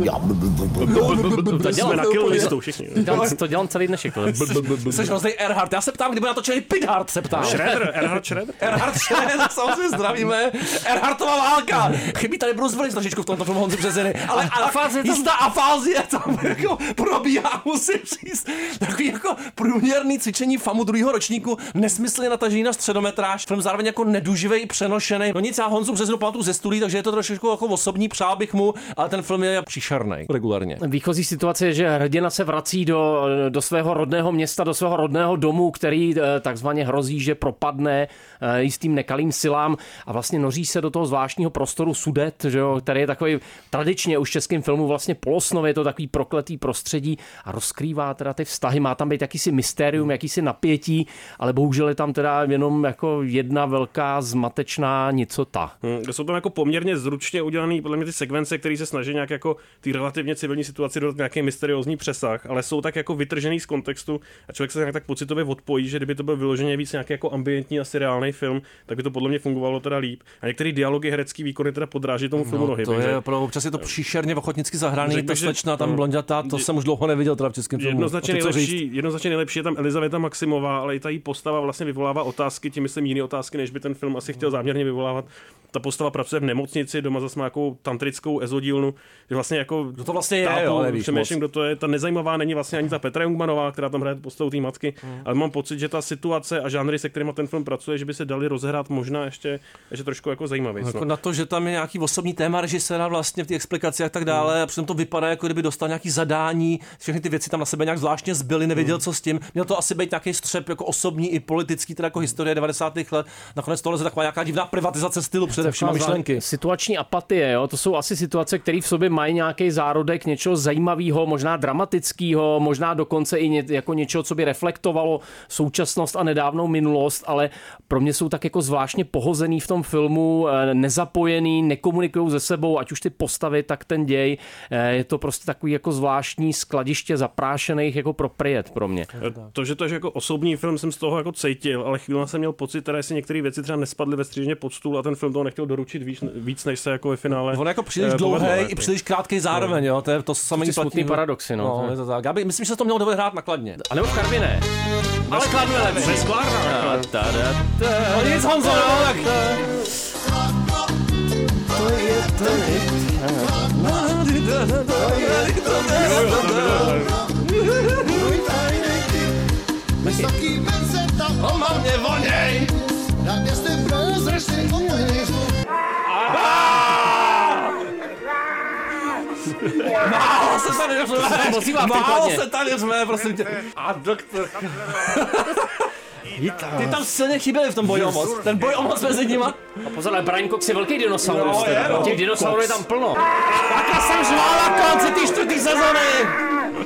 To dělám na kilolistu všichni. To dělám celý dnešek. Jsi hrozný Erhard. Já se ptám, kdy bude natočený Pithard, se ptám. Schroeder, Erhard Schroeder. Erhard Schroeder, samozřejmě zdravíme. Erhardtová válka. Chybí tady Bruce Willis trošičku v tomto filmu Honzi Březiny. Ale jistá afázie tam jako probíhá, musím říct. Takový jako průměrný cvičení famu druhého ročníku, nesmyslně natažený na středometráž, film zároveň jako neduživej, přenošený. No nic, já Honzu Březinu pamatuju ze studií, takže je to trošičku jako osobní, přál bych mu, ale ten film je příšerný regulárně. Výchozí situace je, že hrdina se vrací do, do svého rodného města, do svého rodného domu, který takzvaně hrozí, že propadne jistým nekalým silám a vlastně noří se do toho zvláštního prostoru Sudet, že jo, který je takový tradičně už v českém filmu vlastně polosnový, je to takový prokletý prostředí a rozkrývá teda ty vztahy, má tam být jakýsi mystérium, jakýsi napětí, ale bohužel je tam teda jenom jako jedna velká zmatečná nicota. Hmm, jsou tam jako poměrně zručně udělané podle mě ty sekvence, které se snaží nějak jako ty relativně civilní situaci dodat nějaký mysteriózní přesah, ale jsou tak jako vytržený z kontextu a člověk se nějak tak pocitově odpojí, že kdyby to byl vyloženě víc nějaký jako ambientní asi reálný film, tak by to podle mě fungovalo teda líp. A některé dialogy, herecký výkony teda podráží tomu filmu no, nohy. To takže... je opravdu, občas je to příšerně ochotnicky zahraný, Řekl, ta slečna tam no, blondětá, to jsem už dlouho neviděl teda v českém filmu. Jednoznačně nejlepší, jednoznačně nejlepší je tam Elizaveta Maximová, ale i ta její postava vlastně vyvolává otázky, tím myslím jiné otázky, než by ten film asi chtěl záměrně vyvolávat. Ta postava pracuje v nemocnici, doma zase má nějakou tantrickou ezodílnu, že vlastně jako kdo to vlastně je, tátu, jo, nevíš přemýšlím, kdo to je. Ta nezajímavá není vlastně ani ta Petra Jungmanová, která tam hraje postavu té matky, hmm. ale mám pocit, že ta situace a žánry, se kterými ten film pracuje, že by se dali rozhrát možná ještě, ještě trošku jako zajímavý. Jako no. Na to, že tam je nějaký osobní téma režiséra vlastně v té explikaci a tak dále, hmm. a přitom to vypadá, jako kdyby dostal nějaký zadání, všechny ty věci tam na sebe nějak zvláštně zbyly, nevěděl, hmm. co s tím. Měl to asi být nějaký střep jako osobní i politický, teda jako historie devadesátých let. Nakonec tohle je taková nějaká divná privatizace stylu především a myšlenky. Situační apatie, jo? To jsou asi situace, které v sobě mají nějaký zárodek něčeho zajímavého, možná dramatického, možná dokonce i ně, jako něčeho, co by reflektovalo současnost a nedávnou minulost, ale pro mě jsou tak jako zvláštně pohozený v tom filmu, nezapojený, nekomunikují se sebou, ať už ty postavy, tak ten děj. Je to prostě takový jako zvláštní skladiště zaprášených jako propriet pro mě. To, že to je jako osobní film, jsem z toho jako cítil, ale chvíli jsem měl pocit, že si některé věci třeba nespadly ve střížně pod stůl a ten film toho nechtěl doručit víc, víc než se jako ve finále. On jako příliš eh, dlouhý povedlo, i příliš krátký zároveň, jo, to je to samé smutný paradoxy, no. no je to tak. Já bych, myslím, že se to mělo dohrát na Kladně. A nebo v Karviné. Ale Kladno je lepší. Bez Klárna. No nic, Honzo, no, tak... To je to Vysoký menzeta, o mám mě voněj, na městě prozračný opět. Málo se tady řve, málo se tady řve, prosím tě. A doktor... Ty tam silně chyběli v tom boji o moc. Ten boj o moc mezi nima. A pozor, ale Brian Cox je velký dinosaurus. No, je, no. Těch dinosaurů je tam plno. Tak já jsem žval na konci té čtvrtý sezony.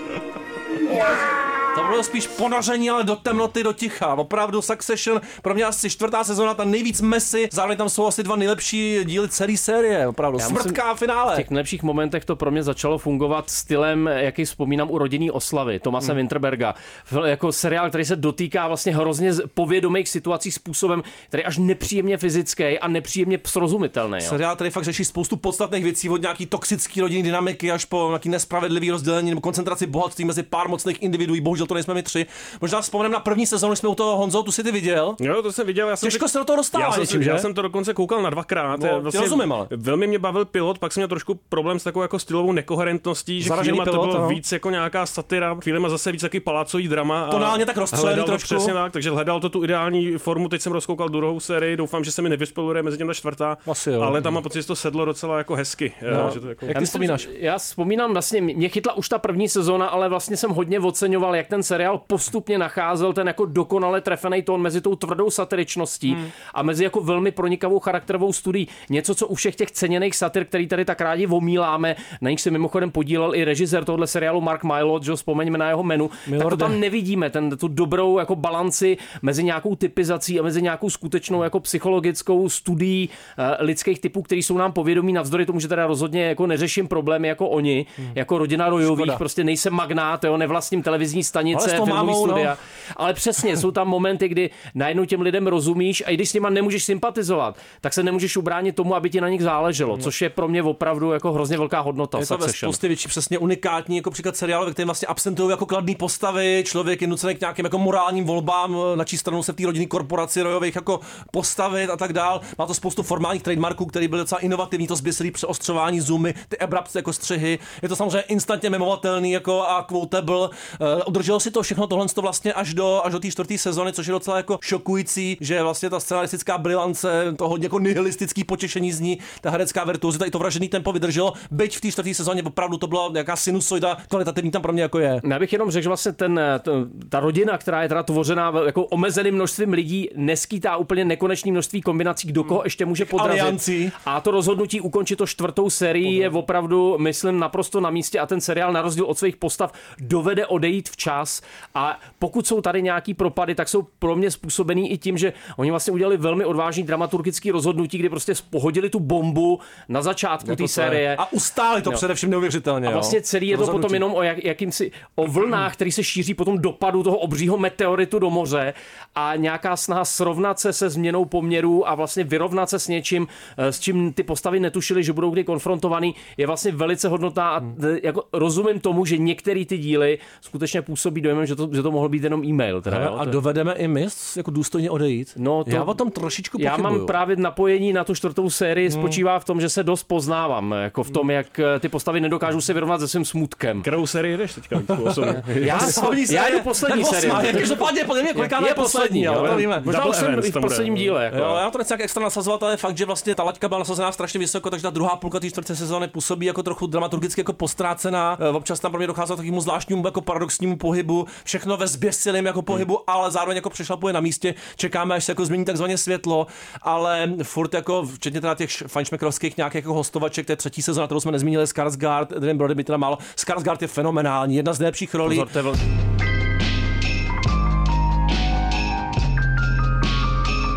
To bylo spíš ponoření, ale do temnoty, do ticha. Opravdu Succession, pro mě asi čtvrtá sezona, ta nejvíc messy, zároveň tam jsou asi dva nejlepší díly celé série, opravdu. Já smrtká finále. V těch nejlepších momentech to pro mě začalo fungovat stylem, jaký vzpomínám u Rodinný oslavy, Thomase hmm. Winterberga. Jako seriál, který se dotýká vlastně hrozně povědomých situací způsobem, který je až nepříjemně fyzický a nepříjemně srozumitelný. Seriál, který fakt řeší spoustu podstatných věcí, od nějaký toxický rodinný dynamiky až po nějaký nespravedlivý rozdělení nebo koncentraci bohatství mezi pár mocných individuí. Bohužel to nejsme my tři. Možná vzpomeneme na první sezónu, jsme u toho, Honzo, tu si ty viděl. Jo, to jsem viděl. Já jsem Těžko teď... se do toho dostává. Já, něčím, jsem, já jsem to dokonce koukal na dvakrát. No, vlastně rozumím, ale. Velmi mě bavil pilot, pak jsem měl trošku problém s takovou jako stylovou nekoherentností, že chvílema to bylo no. víc jako nějaká satira, chvílema zase víc taky palácový drama. Tonálně tak rozstřelený trošku. Přesně tak, takže hledal to tu ideální formu. Teď jsem rozkoukal druhou sérii, doufám, že se mi nevyspoluje mezi těm ta čtvrtá. Asi jo. Ale tam mám pocit, že to sedlo docela jako hezky. No. Že to jako... Jak ty vzpomínáš? Já vzpomínám vlastně, mě chytla už ta první sezóna, ale vlastně jsem hodně oceňoval, jak ten seriál postupně nacházel ten jako dokonale trefený tón mezi tou tvrdou satiričností hmm. a mezi jako velmi pronikavou charakterovou studií. Něco, co u všech těch ceněných satir, který tady tak rádi omíláme, na nich se mimochodem podílel i režisér tohohle seriálu Mark Mylod, že vzpomeňme na jeho menu, Milorde. Tak to tam nevidíme, ten, tu dobrou jako balanci mezi nějakou typizací a mezi nějakou skutečnou jako psychologickou studií uh, lidských typů, který jsou nám povědomí navzdory tomu, že teda rozhodně jako neřeším problémy jako oni, hmm. jako rodina Rojových, Škoda. Prostě nejsem magnát, jo, nevlastním televizní stanice, filmový mámou, studia. No. Ale přesně, jsou tam momenty, kdy najednou těm lidem rozumíš a i když s nima nemůžeš sympatizovat, tak se nemůžeš ubránit tomu, aby ti na nich záleželo, no. Což je pro mě opravdu jako hrozně velká hodnota. Je to ve spoustě větší přesně unikátní, jako příklad seriálu, ve kterém vlastně absentují jako kladné postavy, člověk je nucený k nějakým jako morálním volbám, na čí stranu se v té rodinné korporaci Rojových jako postavit a tak dál. Má to spoustu formálních trademarků, které byly docela inovativní, to zběsilý přeostřování zoomy, ty abrupt jako střihy. Je to samozřejmě instantně memovatelný jako a quotable. Udrželo si to všechno tohle vlastně až do až do té čtvrté sezony, což je docela jako šokující, že vlastně ta scenaristická brilance, to hodně jako nihilistický potěšení z ní, ta herecká virtuozita i to vražený tempo vydrželo, byť v té čtvrté sezóně opravdu to byla nějaká sinusoida, kvalitativní tam pro mě jako je. Já bych jenom řekl, že vlastně ten, ta rodina, která je teda tvořená jako omezeným množstvím lidí, neskýtá úplně nekonečné množství kombinací, kdo koho ještě může podrazit. Aliancí. A to rozhodnutí ukončit to čtvrtou sérii je opravdu, myslím, naprosto na místě a ten seriál na rozdíl od svých postav dovede odejít včas a pokud jsou tady nějaký propady, tak jsou pro mě způsobený i tím, že oni vlastně udělali velmi odvážný dramaturgický rozhodnutí, kdy prostě pohodili tu bombu na začátku té série. A ustáli to no. především neuvěřitelně. A vlastně celý je to potom jenom o jak, jakýmsi o vlnách, který se šíří po tom dopadu toho obřího meteoritu do moře a nějaká snaha srovnat se se změnou poměrů a vlastně vyrovnat se s něčím, s čím ty postavy netušily, že budou kdy konfrontovaný, je vlastně velice hodnotná a jako rozumím tomu, že některé ty díly skutečně působí dojmem, že to, že to mohl být jenom e-mail. Teda, jo? A dovedeme i my jako důstojně odejít? No to, já o tom trošičku pochybuju. Já mám právě napojení na tu čtvrtou sérii, hmm. spočívá v tom, že se dost poznávám, jako v tom, jak ty postavy nedokážou se vyrovnat se svým smutkem. Kterou sérii jdeš teďka? já, já jdu poslední sérii. Jak dopadně, podle mě, koliká je poslední, jo, to víme. Možná už jsem i v posledním díle. Jako. Jo, já to nechci jak extra nasazovat, ale fakt, že vlastně ta laťka byla nasazená strašně vysoko, takže ta druhá půlka té čtvrté sezóny působí jako trochu dramaturgicky jako postrácená. Občas tam pro mě dochází k takovému zvláštnímu jako paradoxnímu pohybu, všechno ve zběsilém jako pohybu, hmm. ale zároveň jako přešlapuje na místě. Čekáme, až se jako změní takzvaně světlo, ale furt jako včetně teda těch fajnšmekrovských nějakých jako hostovaček, té třetí sezóna, kterou jsme nezmínili, Skarsgård, Adrien Brody by teda málo. Skarsgård je fenomenální, jedna z nejlepších rolí.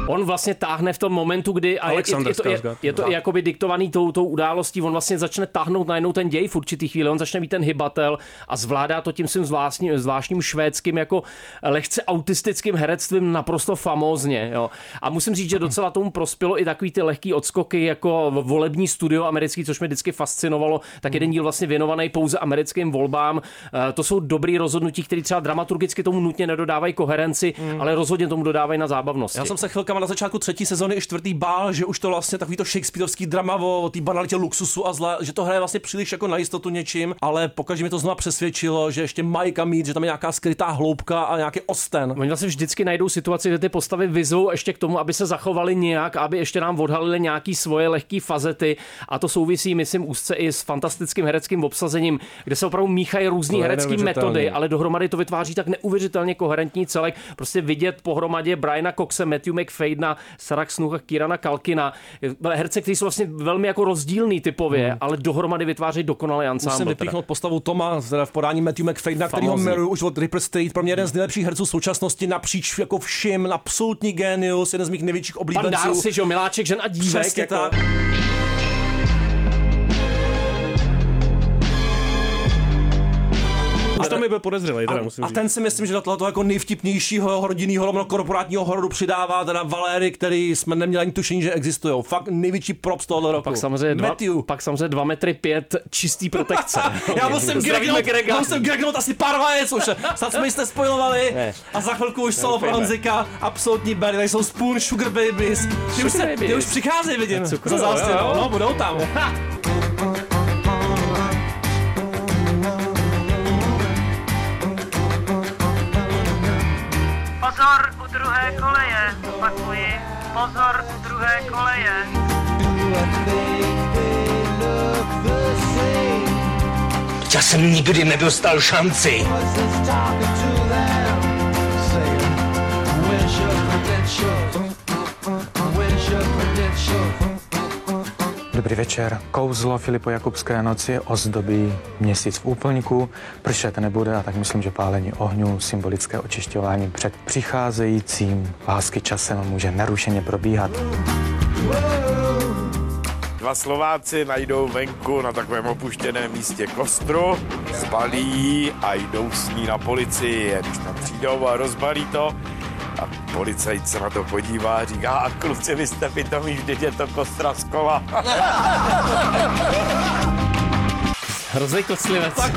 On vlastně táhne v tom momentu, kdy a je, je, je, to, je, je to jakoby diktovaný tou, tou událostí, on vlastně začne táhnout najednou ten děj v určitý chvíli, on začne být ten hybatel a zvládá to tím svým zvláštním, zvláštním švédským jako lehce autistickým herectvím naprosto famózně. Jo. A musím říct, že docela tomu prospělo i takový ty lehký odskoky jako volební studio americký, což mě vždycky fascinovalo, tak jeden díl vlastně věnovaný pouze americkým volbám. To jsou dobrý rozhodnutí, které třeba dramaturgicky tomu nutně nedodávají koherenci, mm. ale rozhodně tomu dodávají na zábavnosti. Já jsem se chvilkama na začátku třetí sezóny i čtvrtý bál, že už to vlastně takový to shakespearovský drama o té banalitě luxusu a zla, že to hraje vlastně příliš jako na jistotu něčím, ale pokaždé mi to znova přesvědčilo, že ještě mají kam jít, že tam je nějaká skrytá hloubka a nějaký osten. Oni vlastně vždycky najdou situaci, kde ty postavy vyzvou ještě k tomu, aby se zachovali nějak, aby ještě nám odhalili nějaký svoje lehké fazety, a to souvisí, myslím, úzce i s fantastickým hereckým obsazením, kde se opravdu míchají různý herecké metody, ale dohromady to vytváří tak neuvěřitelně koherentní celek. Prostě vidět pohromadě Briana Coxe, Matthew McFadena, Sarah Snook a Kierana Culkina, herce, kteří jsou vlastně velmi jako rozdílný typově, hmm. ale dohromady vytváří dokonalý ansámbl. Musím vypíchnout postavu Toma v podání Matthew McFadena, kterýho miluju už od Ripper Street, pro mě jeden z nejlepších herců současnosti napříč jako všim, absolutní génius, jeden z mých největších oblíbenců. Pan Darcy, že jo, miláček žen a dívek. Přesně jako... tak. Už to mi byl podezřelej, teda musím a říct. ten si myslím, že do tohoto jako nejvtipnějšího rodinného lomno korporátního hororu přidává teda Valéry, který jsme neměli ani tušení, že existují. Fakt největší props tohoto roku. Pak samozřejmě dva, pak samozřejmě dva metry pět čistý protekce. Já musím gregnout, já musím gregnout asi pár vajec už. Snad jsme jste spojovali. A za chvilku už solo pro Honzika. Absolutní berry, tady jsou Spoon, Sugar Babies. Ty už, se, ty už přicházejí, vidím. Za zástěnou. No, budou tam. Pozor u druhé koleje, opakuji, pozor u druhé koleje. Já jsem nikdy nedostal šanci. Dobrý večer. Kouzlo Filipo Jakubské noci ozdobí měsíc v úplňku. Pršet nebude a tak myslím, že pálení ohňů, symbolické očišťování před přicházejícím lásky časem může nerušeně probíhat. Dva Slováci najdou venku na takovém opuštěném místě kostru, zbalí a jdou s ní na policii. Když tam přijdou a rozbalí to, a policajt se na to podívá a říká, a kluci, vy jste pitomí, vždyť je to kostra z kola. Hrozný koclivec. Tak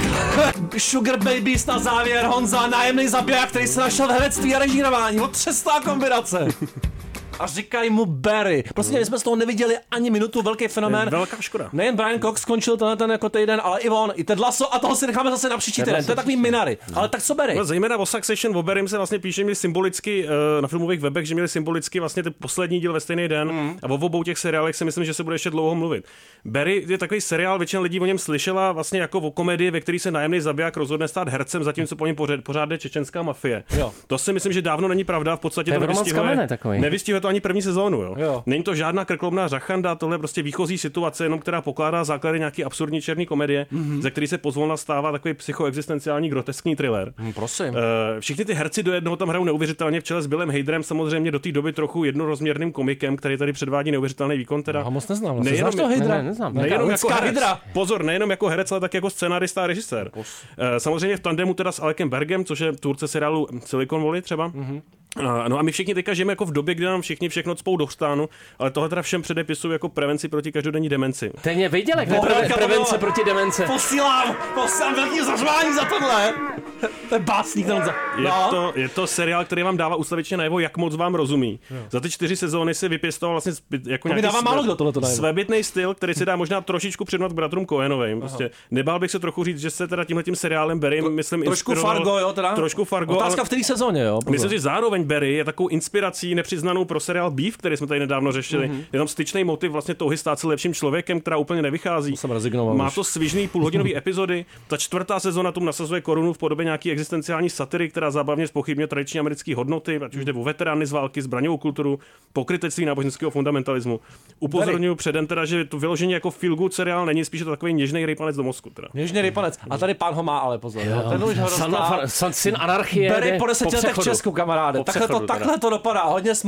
Sugar Babies na závěr, Honza, nájemný zabiják, který se našel v herectví a režírování. Otřesná kombinace. A říkají mu Barry. Prostě my jsme z toho neviděli ani minutu, velký fenomén. Velká škoda. Nejen Brian Cox skončil tenhle ten jako týden, ale i on, i Ted Lasso, a toho si necháme zase na příští týden. To je takový Minary. No. Ale tak co Barry? No, zejména o Succession, o Barrym se vlastně píše, měli symbolicky uh, na filmových webech, že měli symbolicky vlastně ten poslední díl ve stejný den mm. a o obou těch seriálech si myslím, že se bude ještě dlouho mluvit. Barry je takový seriál, většina lidí o něm slyšela vlastně jako o komedii, ve který se nájemný zabiják rozhodne stát hercem, zatímco po něm pořád, pořád jde čečenská mafie. Jo. To si myslím, že dávno není pravda, v podstatě to, to nevystihuje, nevystihuje to ani první sezónu. Jo. Jo. Není to žádná krklobná řachanda, tohle je prostě výchozí situace, jenom která pokládá základy nějaký absurdní černý komedie, mm-hmm. ze který se pozvolna stává takový psychoexistenciální groteskní thriller. Mm, prosím. Uh, všichni ty herci do jednoho tam hrajou neuvěřitelně, v čele s Billem Haderem, samozřejmě do té doby trochu jednorozměrným komikem, který tady předvádí neuvěřitelný výkon. Teda. Já moc neznám. Nejenom, to Hadera? Ne, neznám. Nejenom jako herec. Pozor, nejenom jako herec, ale tak jako scenárista a režisér. Uh, samozřejmě v tandemu teda s Alekem Bergem, což je tvůrce seriálu Silicon Valley třeba. Mm-hmm. Uh, no a my všichni teďka žijeme jako v době, kdy nám všichni všechno cpou do stánu, ale tohle teda všem předepisují jako prevenci proti každodenní demenci. Ten je vidělek, ne pre- prevence proti demenci. Posílám, posílám velký zařvání za tohle. To je básník tam za... No. Je, to, je to seriál, který vám dává ustavičně najevo, jak moc vám rozumí. Jo. Za ty čtyři sezóny si vypěstoval vlastně jako to nějaký málo kdo tohleto svébytný styl, který si dá možná trošičku přednat k bratrům Coenovým. Prostě nebál bych se trochu říct, že se teda tímhletím seriálem Barry, to, myslím, trošku Fargo, jo, teda. Trošku Fargo. Otázka ale... v té sezóně, jo. Myslím, že zároveň Barry je takovou inspirací nepřiznanou pro seriál Beef, který jsme tady nedávno řešili. Mm-hmm. Je tam styčný motiv vlastně touhy stát se lepším člověkem, která úplně nevychází. To Má to svižný půlhodinový epizody. Ta čtvrtá sezona tomu nasazuje korunu v podobě nějaký existenciální satiry, která zábavně zpochybňuje tradiční americké hodnoty, ať už jde o veterány z války, zbraňovou kulturu, pokrytectví náboženského fundamentalismu. Upozorňuji předem teda, že to vyložení jako feel good seriál není, spíše to takový něžný rejpanec do mozku. Teda. Něžný rejpanec. A tady pán ho má, ale pozor. Jo. Ten už ho San, Syn anarchie. Barry po deseti letech v Česku, kamaráde. Takhle to, takhle to dopadá, hodně smutný.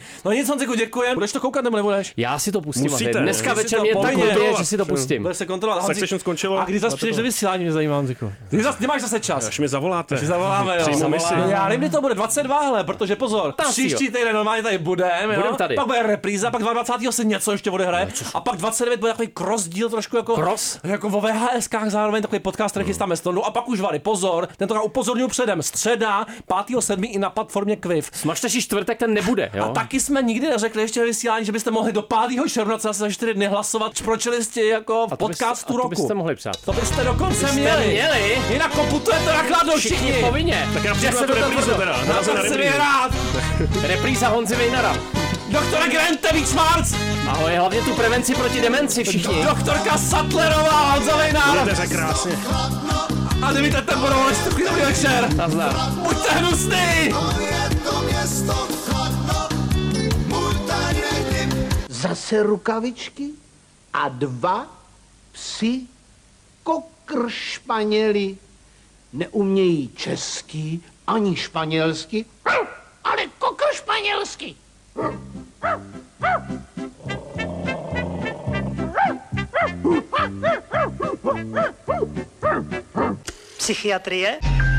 No nic, Honziku, děkujem. Budeš to koukat nebo nebudeš? Já si to pustím. Musíte, Dneska Musíte večer mě tak povinně. hodně, že si to pustím. Budeš se kontrolovat. Succession skončilo. A kdy zase přijdeš do vysílání, mě zajímá, Honziku. Kdy zase nemáš zase čas? Až mi zavoláte. Až zavoláme, jo. Přijmu misi. No, já nevím, kdy to bude dvacet dva, hele, protože pozor, příští týden normálně tady budeme, jo. Budem tady. Pak bude repríza, pak dvacátého druhého se něco ještě odehraje a pak dvacet devět bude takový cross díl trošku jako Cross? jako vo VHSkách zároveň takový podcast, který chystáme s Tondou a pak už Vary, pozor, tentokrát upozorňuji předem, středa pátého sedmého i na platformě Quiv. Smažte čtvrtek, ten nebude, jo. A taky jsme nikdy neřekli ještě vysílání, že byste mohli do pátého června zase za čtyři dny hlasovat pro čelisti jako v podcastu roku. To byste mohli psát. To byste dokonce byste měli. měli. Jinak koputujete na kladu všichni. Povinně. Tak já přijdu na tu reprízu teda. Na to jsem je rád. Repríza Honzy Vejnara. Doktore Grante, víc Schwarz. Ahoj, hlavně tu prevenci proti demenci všichni. Doktorka Sattlerová, Honza Vejnar. Budete se krásně. A nevíte ten budou čtvrtý dobrý večer. Nazdar. Buďte hnusný. Zase rukavičky a dva psi kokr španěli. Neumějí česky ani španělsky, ale kokr španělsky. Psychiatrie?